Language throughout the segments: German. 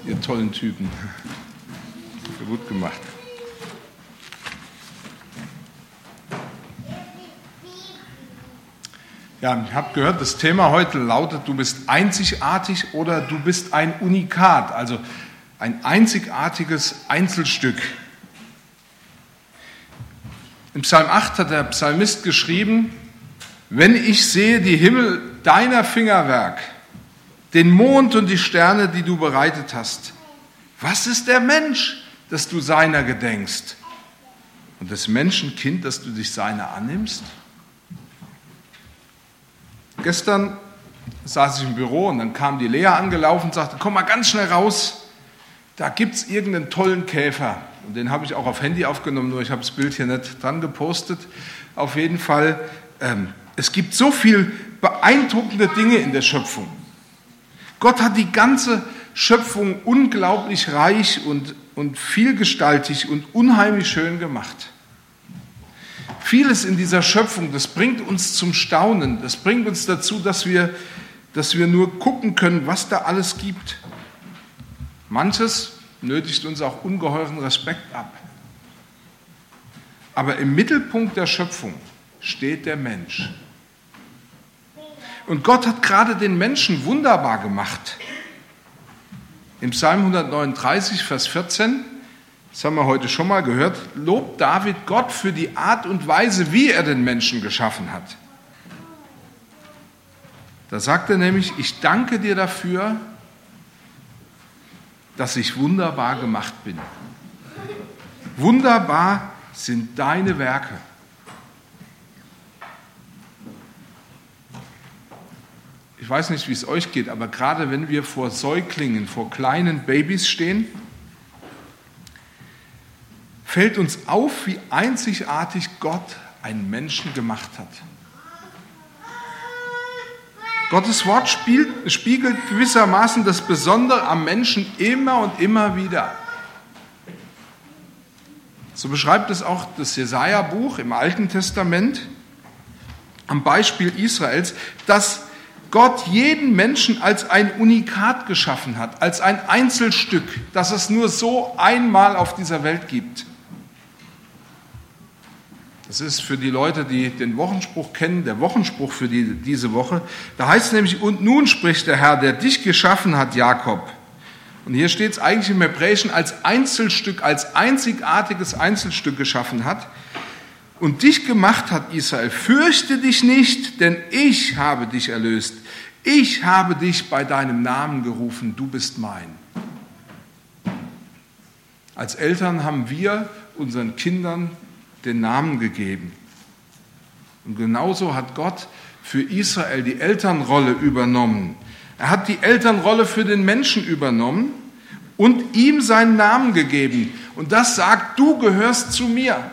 ihr tollen Typen. Gut gemacht. Ja, ich habe gehört, das Thema heute lautet, du bist einzigartig oder du bist ein Unikat, also ein einzigartiges Einzelstück. Im Psalm 8 hat der Psalmist geschrieben, wenn ich sehe die Himmel deiner Fingerwerk, den Mond und die Sterne, die du bereitet hast, was ist der Mensch, dass du seiner gedenkst? Und das Menschenkind, dass du dich seiner annimmst? Gestern saß ich im Büro und dann kam die Lea angelaufen und sagte, komm mal ganz schnell raus, da gibt es irgendeinen tollen Käfer. Und den habe ich auch auf Handy aufgenommen, nur ich habe das Bild hier nicht dran gepostet. Auf jeden Fall, es gibt so viel beeindruckende Dinge in der Schöpfung. Gott hat die ganze Schöpfung unglaublich reich und vielgestaltig und unheimlich schön gemacht. Vieles in dieser Schöpfung, das bringt uns zum Staunen, das bringt uns dazu, dass wir nur gucken können, was da alles gibt. Manches nötigt uns auch ungeheuren Respekt ab. Aber im Mittelpunkt der Schöpfung steht der Mensch. Und Gott hat gerade den Menschen wunderbar gemacht. Im Psalm 139, Vers 14, das haben wir heute schon mal gehört, lobt David Gott für die Art und Weise, wie er den Menschen geschaffen hat. Da sagt er nämlich, ich danke dir dafür, dass ich wunderbar gemacht bin. Wunderbar sind deine Werke. Ich weiß nicht, wie es euch geht, aber gerade wenn wir vor Säuglingen, vor kleinen Babys stehen, fällt uns auf, wie einzigartig Gott einen Menschen gemacht hat. Gottes Wort spiegelt gewissermaßen das Besondere am Menschen immer und immer wieder. So beschreibt es auch das Jesaja-Buch im Alten Testament am Beispiel Israels, dass Gott jeden Menschen als ein Unikat geschaffen hat, als ein Einzelstück, das es nur so einmal auf dieser Welt gibt. Das ist für die Leute, die den Wochenspruch kennen, der Wochenspruch für diese Woche. Da heißt es nämlich, und nun spricht der Herr, der dich geschaffen hat, Jakob. Und hier steht es eigentlich im Hebräischen als Einzelstück, als einzigartiges Einzelstück geschaffen hat. Und dich gemacht hat, Israel, fürchte dich nicht, denn ich habe dich erlöst. Ich habe dich bei deinem Namen gerufen, du bist mein. Als Eltern haben wir unseren Kindern den Namen gegeben. Und genauso hat Gott für Israel die Elternrolle übernommen. Er hat die Elternrolle für den Menschen übernommen und ihm seinen Namen gegeben. Und das sagt, du gehörst zu mir.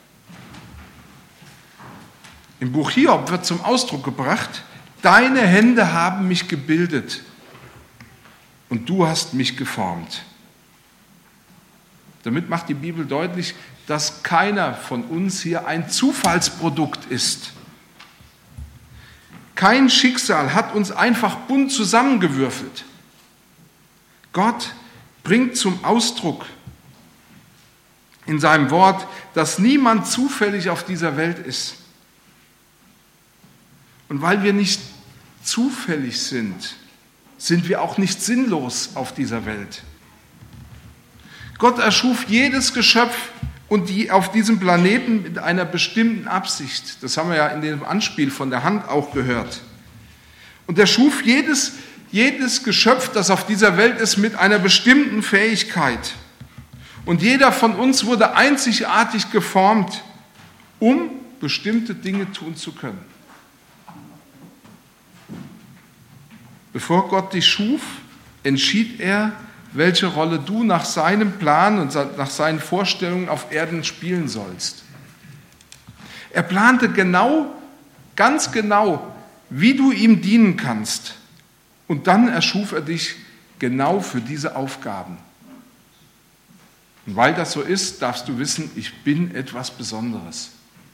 Im Buch Hiob wird zum Ausdruck gebracht, deine Hände haben mich gebildet und du hast mich geformt. Damit macht die Bibel deutlich, dass keiner von uns hier ein Zufallsprodukt ist. Kein Schicksal hat uns einfach bunt zusammengewürfelt. Gott bringt zum Ausdruck in seinem Wort, dass niemand zufällig auf dieser Welt ist. Und weil wir nicht zufällig sind, sind wir auch nicht sinnlos auf dieser Welt. Gott erschuf jedes Geschöpf und die auf diesem Planeten mit einer bestimmten Absicht. Das haben wir ja in dem Anspiel von der Hand auch gehört. Und er schuf jedes Geschöpf, das auf dieser Welt ist, mit einer bestimmten Fähigkeit. Und jeder von uns wurde einzigartig geformt, um bestimmte Dinge tun zu können. Bevor Gott dich schuf, entschied er, welche Rolle du nach seinem Plan und nach seinen Vorstellungen auf Erden spielen sollst. Er plante ganz genau, wie du ihm dienen kannst. Und dann erschuf er dich genau für diese Aufgaben. Und weil das so ist, darfst du wissen, ich bin etwas Besonderes.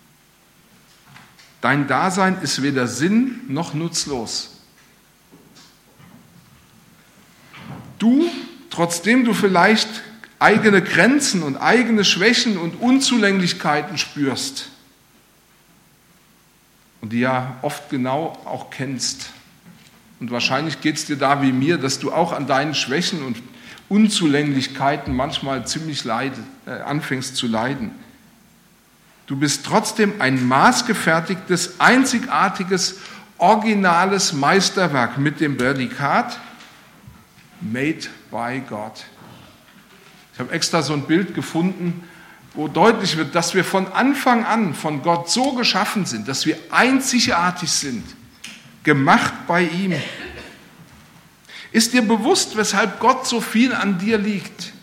Dein Dasein ist weder sinn- noch nutzlos. Du trotzdem du vielleicht eigene Grenzen und eigene Schwächen und Unzulänglichkeiten spürst und die ja oft genau auch kennst. Und wahrscheinlich geht es dir da wie mir, dass du auch an deinen Schwächen und Unzulänglichkeiten manchmal ziemlich anfängst zu leiden. Du bist trotzdem ein maßgefertigtes, einzigartiges, originales Meisterwerk mit dem Prädikat Made by God. Ich habe extra so ein Bild gefunden, wo deutlich wird, dass wir von Anfang an von Gott so geschaffen sind, dass wir einzigartig sind, gemacht bei ihm. Ist dir bewusst, weshalb Gott so viel an dir liegt?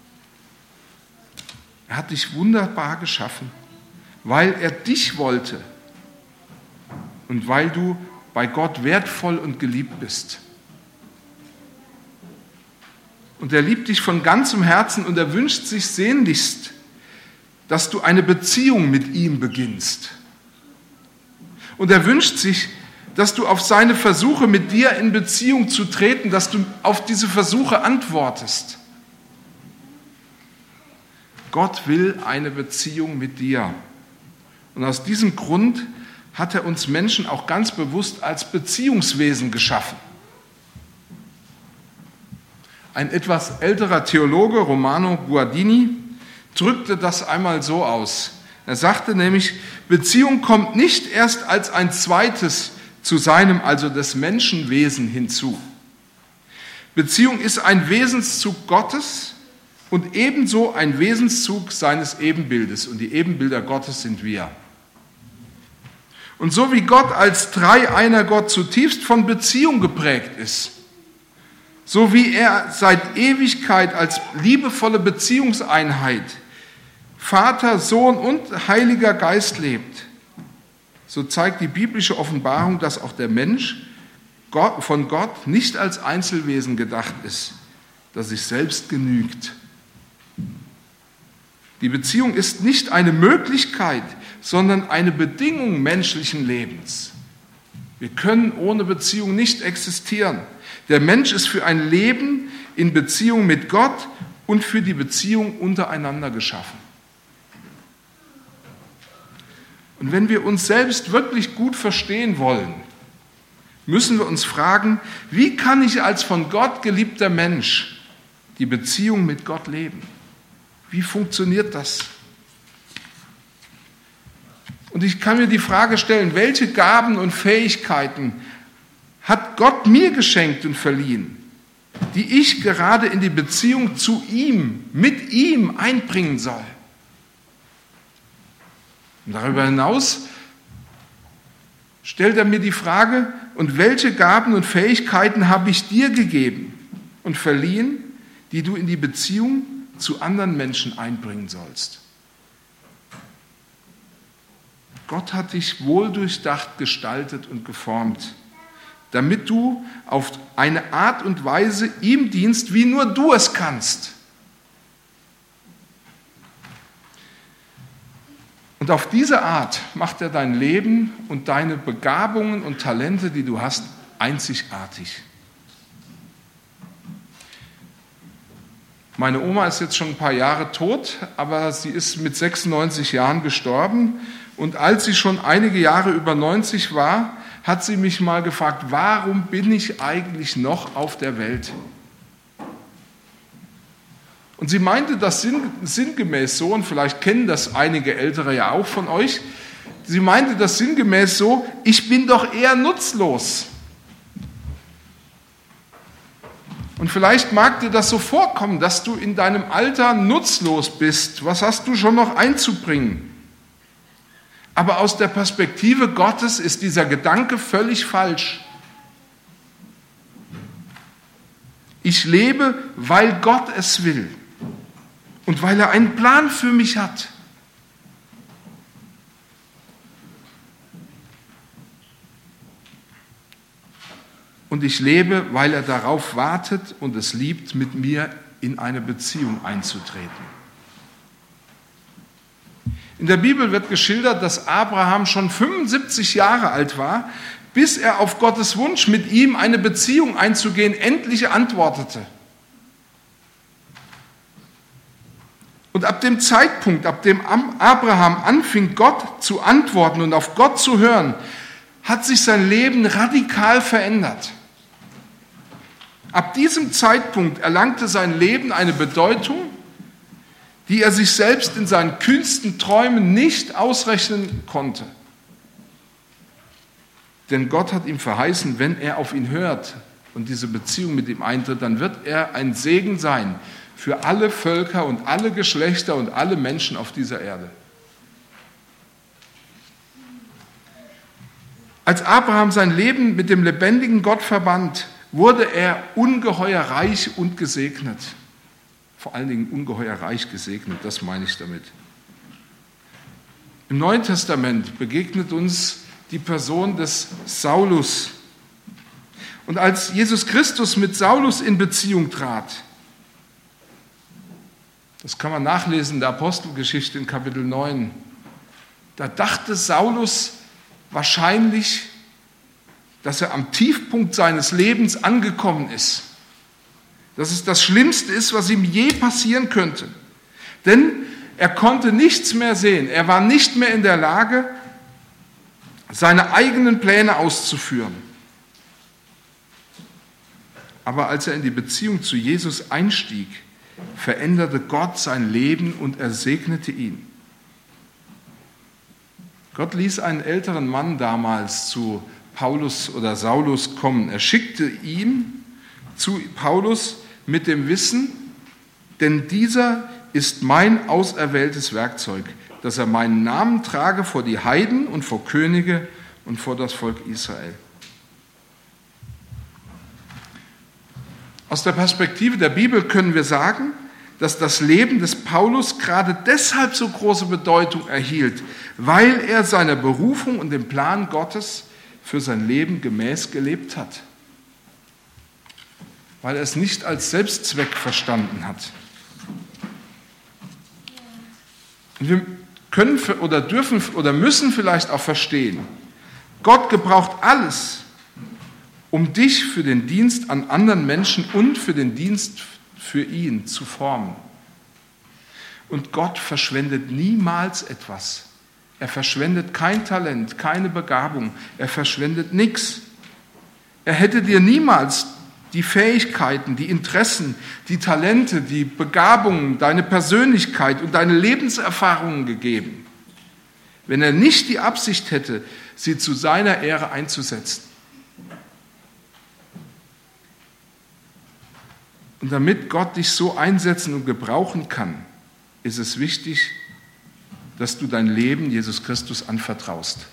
Er hat dich wunderbar geschaffen, weil er dich wollte und weil du bei Gott wertvoll und geliebt bist. Und er liebt dich von ganzem Herzen und er wünscht sich sehnlichst, dass du eine Beziehung mit ihm beginnst. Und er wünscht sich, dass du auf seine Versuche, mit dir in Beziehung zu treten, dass du auf diese Versuche antwortest. Gott will eine Beziehung mit dir. Und aus diesem Grund hat er uns Menschen auch ganz bewusst als Beziehungswesen geschaffen. Ein etwas älterer Theologe, Romano Guardini, drückte das einmal so aus. Er sagte nämlich, Beziehung kommt nicht erst als ein zweites zu seinem, also des Menschenwesen hinzu. Beziehung ist ein Wesenszug Gottes und ebenso ein Wesenszug seines Ebenbildes. Und die Ebenbilder Gottes sind wir. Und so wie Gott als dreieiner Gott zutiefst von Beziehung geprägt ist, so wie er seit Ewigkeit als liebevolle Beziehungseinheit Vater, Sohn und Heiliger Geist lebt, so zeigt die biblische Offenbarung, dass auch der Mensch von Gott nicht als Einzelwesen gedacht ist, das sich selbst genügt. Die Beziehung ist nicht eine Möglichkeit, sondern eine Bedingung menschlichen Lebens. Wir können ohne Beziehung nicht existieren. Der Mensch ist für ein Leben in Beziehung mit Gott und für die Beziehung untereinander geschaffen. Und wenn wir uns selbst wirklich gut verstehen wollen, müssen wir uns fragen, wie kann ich als von Gott geliebter Mensch die Beziehung mit Gott leben? Wie funktioniert das? Und ich kann mir die Frage stellen, welche Gaben und Fähigkeiten hat Gott mir geschenkt und verliehen, die ich gerade in die Beziehung zu ihm, mit ihm einbringen soll? Und darüber hinaus stellt er mir die Frage, und welche Gaben und Fähigkeiten habe ich dir gegeben und verliehen, die du in die Beziehung zu anderen Menschen einbringen sollst? Gott hat dich wohldurchdacht gestaltet und geformt, damit du auf eine Art und Weise ihm dienst, wie nur du es kannst. Und auf diese Art macht er dein Leben und deine Begabungen und Talente, die du hast, einzigartig. Meine Oma ist jetzt schon ein paar Jahre tot, aber sie ist mit 96 Jahren gestorben. Und als sie schon einige Jahre über 90 war, hat sie mich mal gefragt, warum bin ich eigentlich noch auf der Welt? Und sie meinte das sinngemäß so, und vielleicht kennen das einige Ältere ja auch von euch, sie meinte das sinngemäß so, ich bin doch eher nutzlos. Und vielleicht mag dir das so vorkommen, dass du in deinem Alter nutzlos bist. Was hast du schon noch einzubringen? Aber aus der Perspektive Gottes ist dieser Gedanke völlig falsch. Ich lebe, weil Gott es will und weil er einen Plan für mich hat. Und ich lebe, weil er darauf wartet und es liebt, mit mir in eine Beziehung einzutreten. In der Bibel wird geschildert, dass Abraham schon 75 Jahre alt war, bis er auf Gottes Wunsch, mit ihm eine Beziehung einzugehen, endlich antwortete. Und ab dem Zeitpunkt, ab dem Abraham anfing, Gott zu antworten und auf Gott zu hören, hat sich sein Leben radikal verändert. Ab diesem Zeitpunkt erlangte sein Leben eine Bedeutung, die er sich selbst in seinen kühnsten Träumen nicht ausrechnen konnte. Denn Gott hat ihm verheißen, wenn er auf ihn hört und diese Beziehung mit ihm eintritt, dann wird er ein Segen sein für alle Völker und alle Geschlechter und alle Menschen auf dieser Erde. Als Abraham sein Leben mit dem lebendigen Gott verband, wurde er ungeheuer reich und gesegnet. Vor allen Dingen ungeheuer reich gesegnet, das meine ich damit. Im Neuen Testament begegnet uns die Person des Saulus. Und als Jesus Christus mit Saulus in Beziehung trat, das kann man nachlesen in der Apostelgeschichte in Kapitel 9, da dachte Saulus wahrscheinlich, dass er am Tiefpunkt seines Lebens angekommen ist. Dass es das Schlimmste ist, was ihm je passieren könnte. Denn er konnte nichts mehr sehen. Er war nicht mehr in der Lage, seine eigenen Pläne auszuführen. Aber als er in die Beziehung zu Jesus einstieg, veränderte Gott sein Leben und er segnete ihn. Gott ließ einen älteren Mann damals zu Paulus oder Saulus kommen. Er schickte ihn zu Paulus mit dem Wissen, denn dieser ist mein auserwähltes Werkzeug, dass er meinen Namen trage vor die Heiden und vor Könige und vor das Volk Israel. Aus der Perspektive der Bibel können wir sagen, dass das Leben des Paulus gerade deshalb so große Bedeutung erhielt, weil er seiner Berufung und dem Plan Gottes für sein Leben gemäß gelebt hat. Weil er es nicht als Selbstzweck verstanden hat. Und wir können oder dürfen oder müssen vielleicht auch verstehen, Gott gebraucht alles, um dich für den Dienst an anderen Menschen und für den Dienst für ihn zu formen. Und Gott verschwendet niemals etwas. Er verschwendet kein Talent, keine Begabung. Er verschwendet nichts. Er hätte dir niemals die Fähigkeiten, die Interessen, die Talente, die Begabungen, deine Persönlichkeit und deine Lebenserfahrungen gegeben, wenn er nicht die Absicht hätte, sie zu seiner Ehre einzusetzen. Und damit Gott dich so einsetzen und gebrauchen kann, ist es wichtig, dass du dein Leben Jesus Christus anvertraust.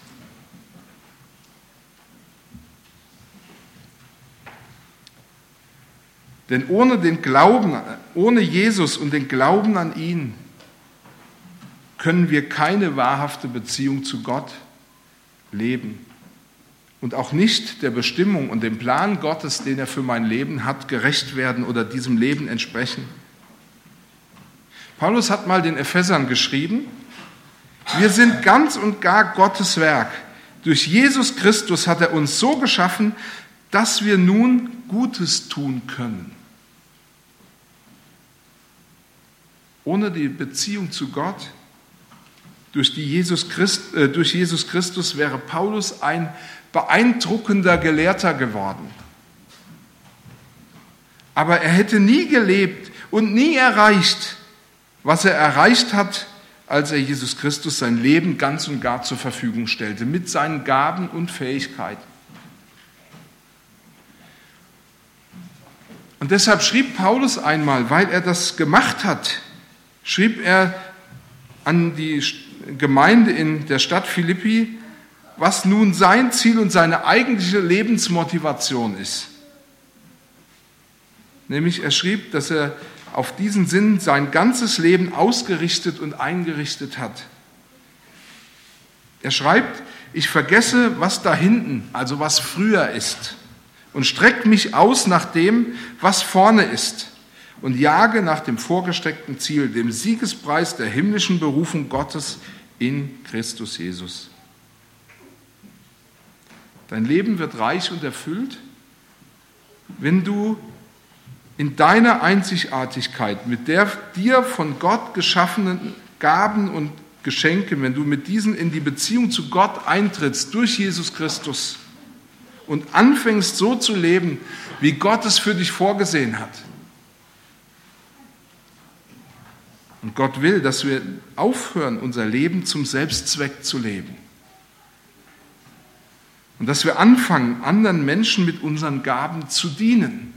Denn ohne Jesus und den Glauben an ihn, können wir keine wahrhafte Beziehung zu Gott leben und auch nicht der Bestimmung und dem Plan Gottes, den er für mein Leben hat, gerecht werden oder diesem Leben entsprechen. Paulus hat mal den Ephesern geschrieben, wir sind ganz und gar Gottes Werk. Durch Jesus Christus hat er uns so geschaffen, dass wir nun Gutes tun können. Ohne die Beziehung zu Gott, durch Jesus Christus wäre Paulus ein beeindruckender Gelehrter geworden. Aber er hätte nie gelebt und nie erreicht, was er erreicht hat, als er Jesus Christus sein Leben ganz und gar zur Verfügung stellte, mit seinen Gaben und Fähigkeiten. Und deshalb schrieb Paulus einmal, weil er das gemacht hat, schrieb er an die Gemeinde in der Stadt Philippi, was nun sein Ziel und seine eigentliche Lebensmotivation ist. Nämlich er schrieb, dass er auf diesen Sinn sein ganzes Leben ausgerichtet und eingerichtet hat. Er schreibt, ich vergesse, was da hinten, also was früher ist, und strecke mich aus nach dem, was vorne ist, und jage nach dem vorgesteckten Ziel, dem Siegespreis der himmlischen Berufung Gottes in Christus Jesus. Dein Leben wird reich und erfüllt, wenn du in deiner Einzigartigkeit, mit der dir von Gott geschaffenen Gaben und Geschenke, wenn du mit diesen in die Beziehung zu Gott eintrittst durch Jesus Christus und anfängst so zu leben, wie Gott es für dich vorgesehen hat. Und Gott will, dass wir aufhören, unser Leben zum Selbstzweck zu leben. Und dass wir anfangen, anderen Menschen mit unseren Gaben zu dienen.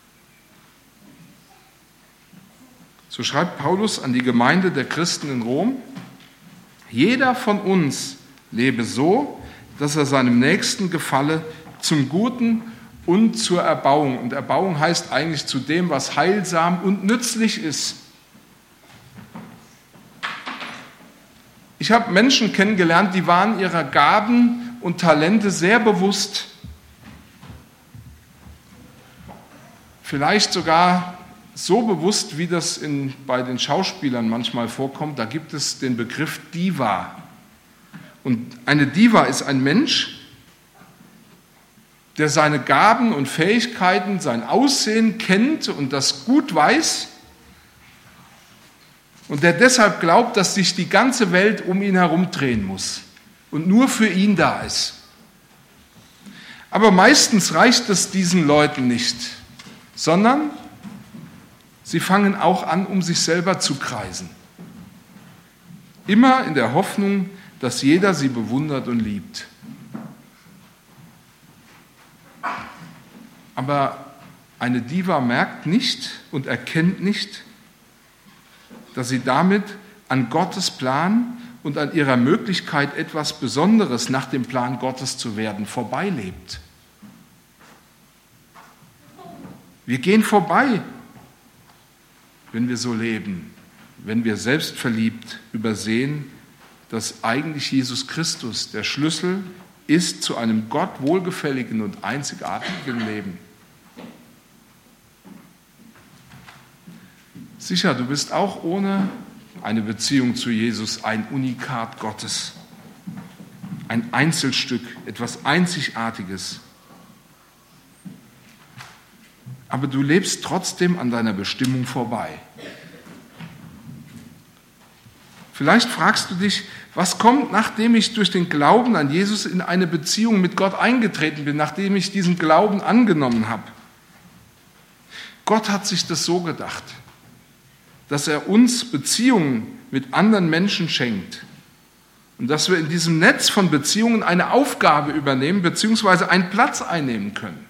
So schreibt Paulus an die Gemeinde der Christen in Rom: Jeder von uns lebe so, dass er seinem Nächsten gefalle, zum Guten und zur Erbauung. Und Erbauung heißt eigentlich zu dem, was heilsam und nützlich ist. Ich habe Menschen kennengelernt, die waren ihrer Gaben und Talente sehr bewusst. Vielleicht sogar so bewusst, wie das bei den Schauspielern manchmal vorkommt. Da gibt es den Begriff Diva. Und eine Diva ist ein Mensch, der seine Gaben und Fähigkeiten, sein Aussehen kennt und das gut weiß und der deshalb glaubt, dass sich die ganze Welt um ihn herum drehen muss und nur für ihn da ist. Aber meistens reicht es diesen Leuten nicht, sondern sie fangen auch an, um sich selber zu kreisen. Immer in der Hoffnung, dass jeder sie bewundert und liebt. Aber eine Diva merkt nicht und erkennt nicht, dass sie damit an Gottes Plan und an ihrer Möglichkeit, etwas Besonderes nach dem Plan Gottes zu werden, vorbeilebt. Wir gehen vorbei, wenn wir so leben, wenn wir selbstverliebt übersehen, dass eigentlich Jesus Christus der Schlüssel ist zu einem Gott wohlgefälligen und einzigartigen Leben. Sicher, du bist auch ohne eine Beziehung zu Jesus ein Unikat Gottes, ein Einzelstück, etwas Einzigartiges. Aber du lebst trotzdem an deiner Bestimmung vorbei. Vielleicht fragst du dich, was kommt, nachdem ich durch den Glauben an Jesus in eine Beziehung mit Gott eingetreten bin, nachdem ich diesen Glauben angenommen habe? Gott hat sich das so gedacht, dass er uns Beziehungen mit anderen Menschen schenkt und dass wir in diesem Netz von Beziehungen eine Aufgabe übernehmen bzw. einen Platz einnehmen können.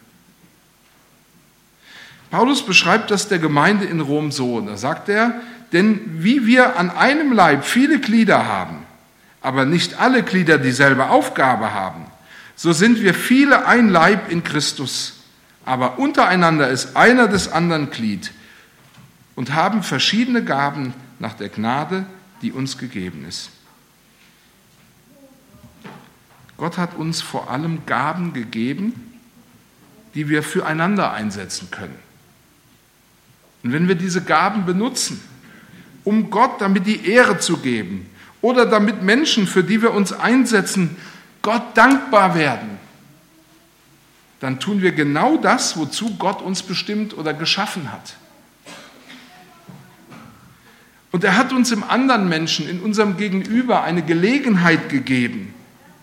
Paulus beschreibt das der Gemeinde in Rom so, da sagt er: Denn wie wir an einem Leib viele Glieder haben, aber nicht alle Glieder dieselbe Aufgabe haben, so sind wir viele ein Leib in Christus, aber untereinander ist einer des anderen Glied und haben verschiedene Gaben nach der Gnade, die uns gegeben ist. Gott hat uns vor allem Gaben gegeben, die wir füreinander einsetzen können. Und wenn wir diese Gaben benutzen, um Gott damit die Ehre zu geben oder damit Menschen, für die wir uns einsetzen, Gott dankbar werden, dann tun wir genau das, wozu Gott uns bestimmt oder geschaffen hat. Und er hat uns im anderen Menschen, in unserem Gegenüber, eine Gelegenheit gegeben,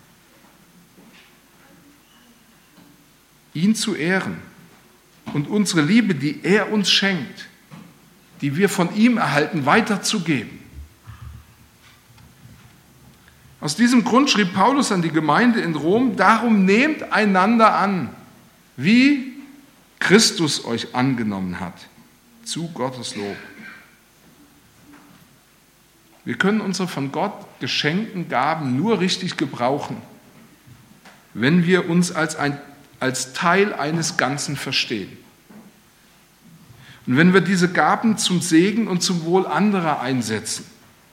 ihn zu ehren und unsere Liebe, die er uns schenkt, die wir von ihm erhalten, weiterzugeben. Aus diesem Grund schrieb Paulus an die Gemeinde in Rom: Darum nehmt einander an, wie Christus euch angenommen hat, zu Gottes Lob. Wir können unsere von Gott geschenkten Gaben nur richtig gebrauchen, wenn wir uns als Teil eines Ganzen verstehen. Und wenn wir diese Gaben zum Segen und zum Wohl anderer einsetzen.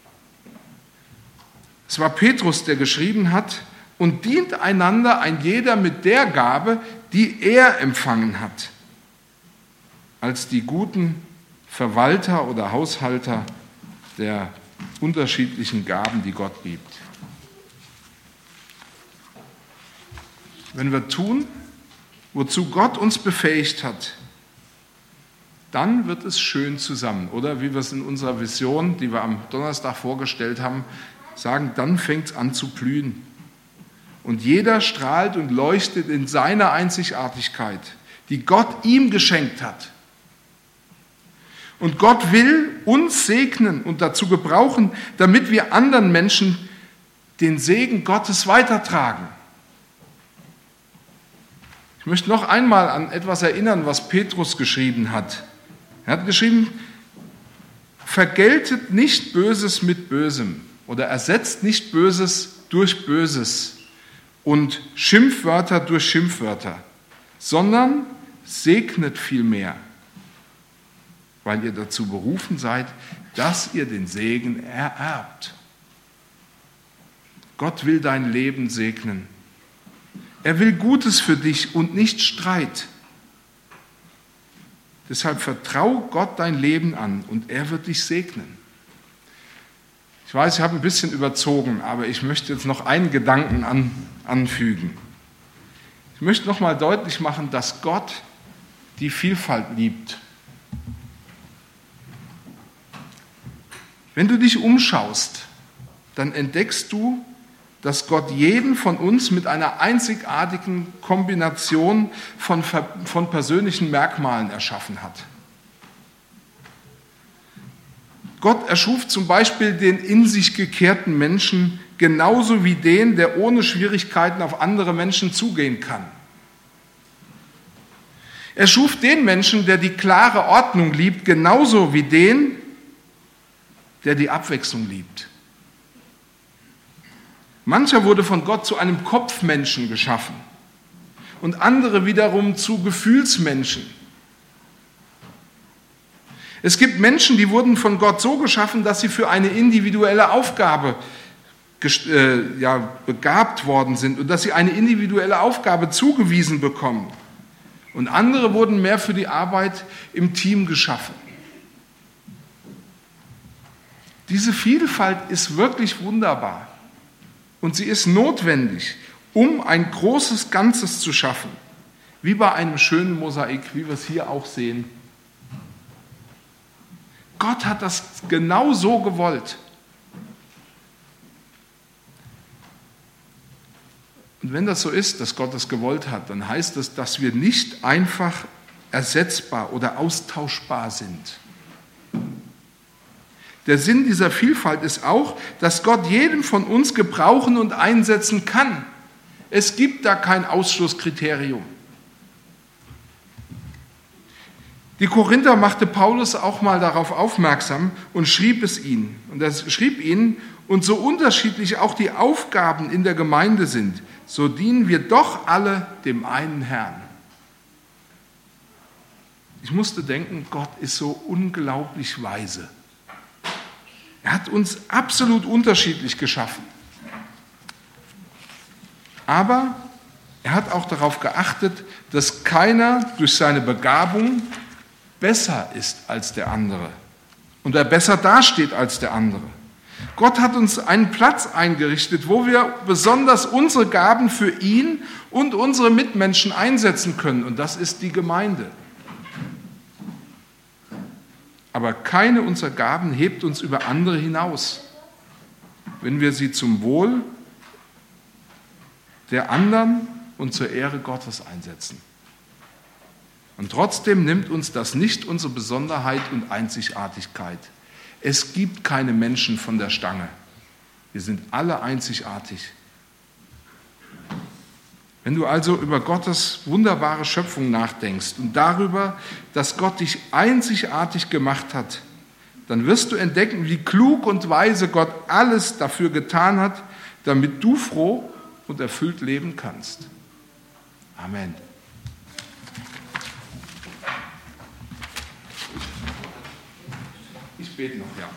Es war Petrus, der geschrieben hat: Und dient einander ein jeder mit der Gabe, die er empfangen hat, als die guten Verwalter oder Haushalter der unterschiedlichen Gaben, die Gott gibt. Wenn wir tun, wozu Gott uns befähigt hat, dann wird es schön zusammen. Oder wie wir es in unserer Vision, die wir am Donnerstag vorgestellt haben, sagen, dann fängt es an zu blühen. Und jeder strahlt und leuchtet in seiner Einzigartigkeit, die Gott ihm geschenkt hat. Und Gott will uns segnen und dazu gebrauchen, damit wir anderen Menschen den Segen Gottes weitertragen. Ich möchte noch einmal an etwas erinnern, was Petrus geschrieben hat. Er hat geschrieben, vergeltet nicht Böses mit Bösem oder ersetzt nicht Böses durch Böses und Schimpfwörter durch Schimpfwörter, sondern segnet vielmehr, weil ihr dazu berufen seid, dass ihr den Segen ererbt. Gott will dein Leben segnen. Er will Gutes für dich und nicht Streit. Deshalb vertrau Gott dein Leben an und er wird dich segnen. Ich weiß, ich habe ein bisschen überzogen, aber ich möchte jetzt noch einen Gedanken anfügen. Ich möchte noch mal deutlich machen, dass Gott die Vielfalt liebt. Wenn du dich umschaust, dann entdeckst du, dass Gott jeden von uns mit einer einzigartigen Kombination von persönlichen Merkmalen erschaffen hat. Gott erschuf zum Beispiel den in sich gekehrten Menschen genauso wie den, der ohne Schwierigkeiten auf andere Menschen zugehen kann. Er schuf den Menschen, der die klare Ordnung liebt, genauso wie den, der die Abwechslung liebt. Mancher wurde von Gott zu einem Kopfmenschen geschaffen und andere wiederum zu Gefühlsmenschen. Es gibt Menschen, die wurden von Gott so geschaffen, dass sie für eine individuelle Aufgabe begabt worden sind und dass sie eine individuelle Aufgabe zugewiesen bekommen. Und andere wurden mehr für die Arbeit im Team geschaffen. Diese Vielfalt ist wirklich wunderbar. Und sie ist notwendig, um ein großes Ganzes zu schaffen, wie bei einem schönen Mosaik, wie wir es hier auch sehen. Gott hat das genau so gewollt. Und wenn das so ist, dass Gott es gewollt hat, dann heißt es, dass wir nicht einfach ersetzbar oder austauschbar sind. Der Sinn dieser Vielfalt ist auch, dass Gott jeden von uns gebrauchen und einsetzen kann. Es gibt da kein Ausschlusskriterium. Die Korinther machte Paulus auch mal darauf aufmerksam und schrieb es ihnen. Und er schrieb ihnen, und so unterschiedlich auch die Aufgaben in der Gemeinde sind, so dienen wir doch alle dem einen Herrn. Ich musste denken, Gott ist so unglaublich weise. Er hat uns absolut unterschiedlich geschaffen. Aber er hat auch darauf geachtet, dass keiner durch seine Begabung besser ist als der andere und er besser dasteht als der andere. Gott hat uns einen Platz eingerichtet, wo wir besonders unsere Gaben für ihn und unsere Mitmenschen einsetzen können, und das ist die Gemeinde. Aber keine unserer Gaben hebt uns über andere hinaus, wenn wir sie zum Wohl der anderen und zur Ehre Gottes einsetzen. Und trotzdem nimmt uns das nicht unsere Besonderheit und Einzigartigkeit. Es gibt keine Menschen von der Stange. Wir sind alle einzigartig. Wenn du also über Gottes wunderbare Schöpfung nachdenkst und darüber, dass Gott dich einzigartig gemacht hat, dann wirst du entdecken, wie klug und weise Gott alles dafür getan hat, damit du froh und erfüllt leben kannst. Amen. Ich bete noch, ja.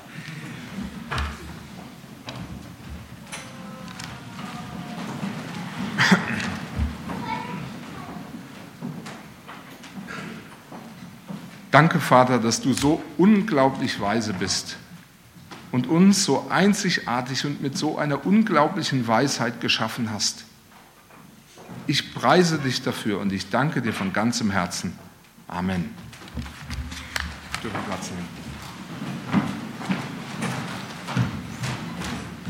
Danke, Vater, dass du so unglaublich weise bist und uns so einzigartig und mit so einer unglaublichen Weisheit geschaffen hast. Ich preise dich dafür und ich danke dir von ganzem Herzen. Amen. dürfen Platz nehmen.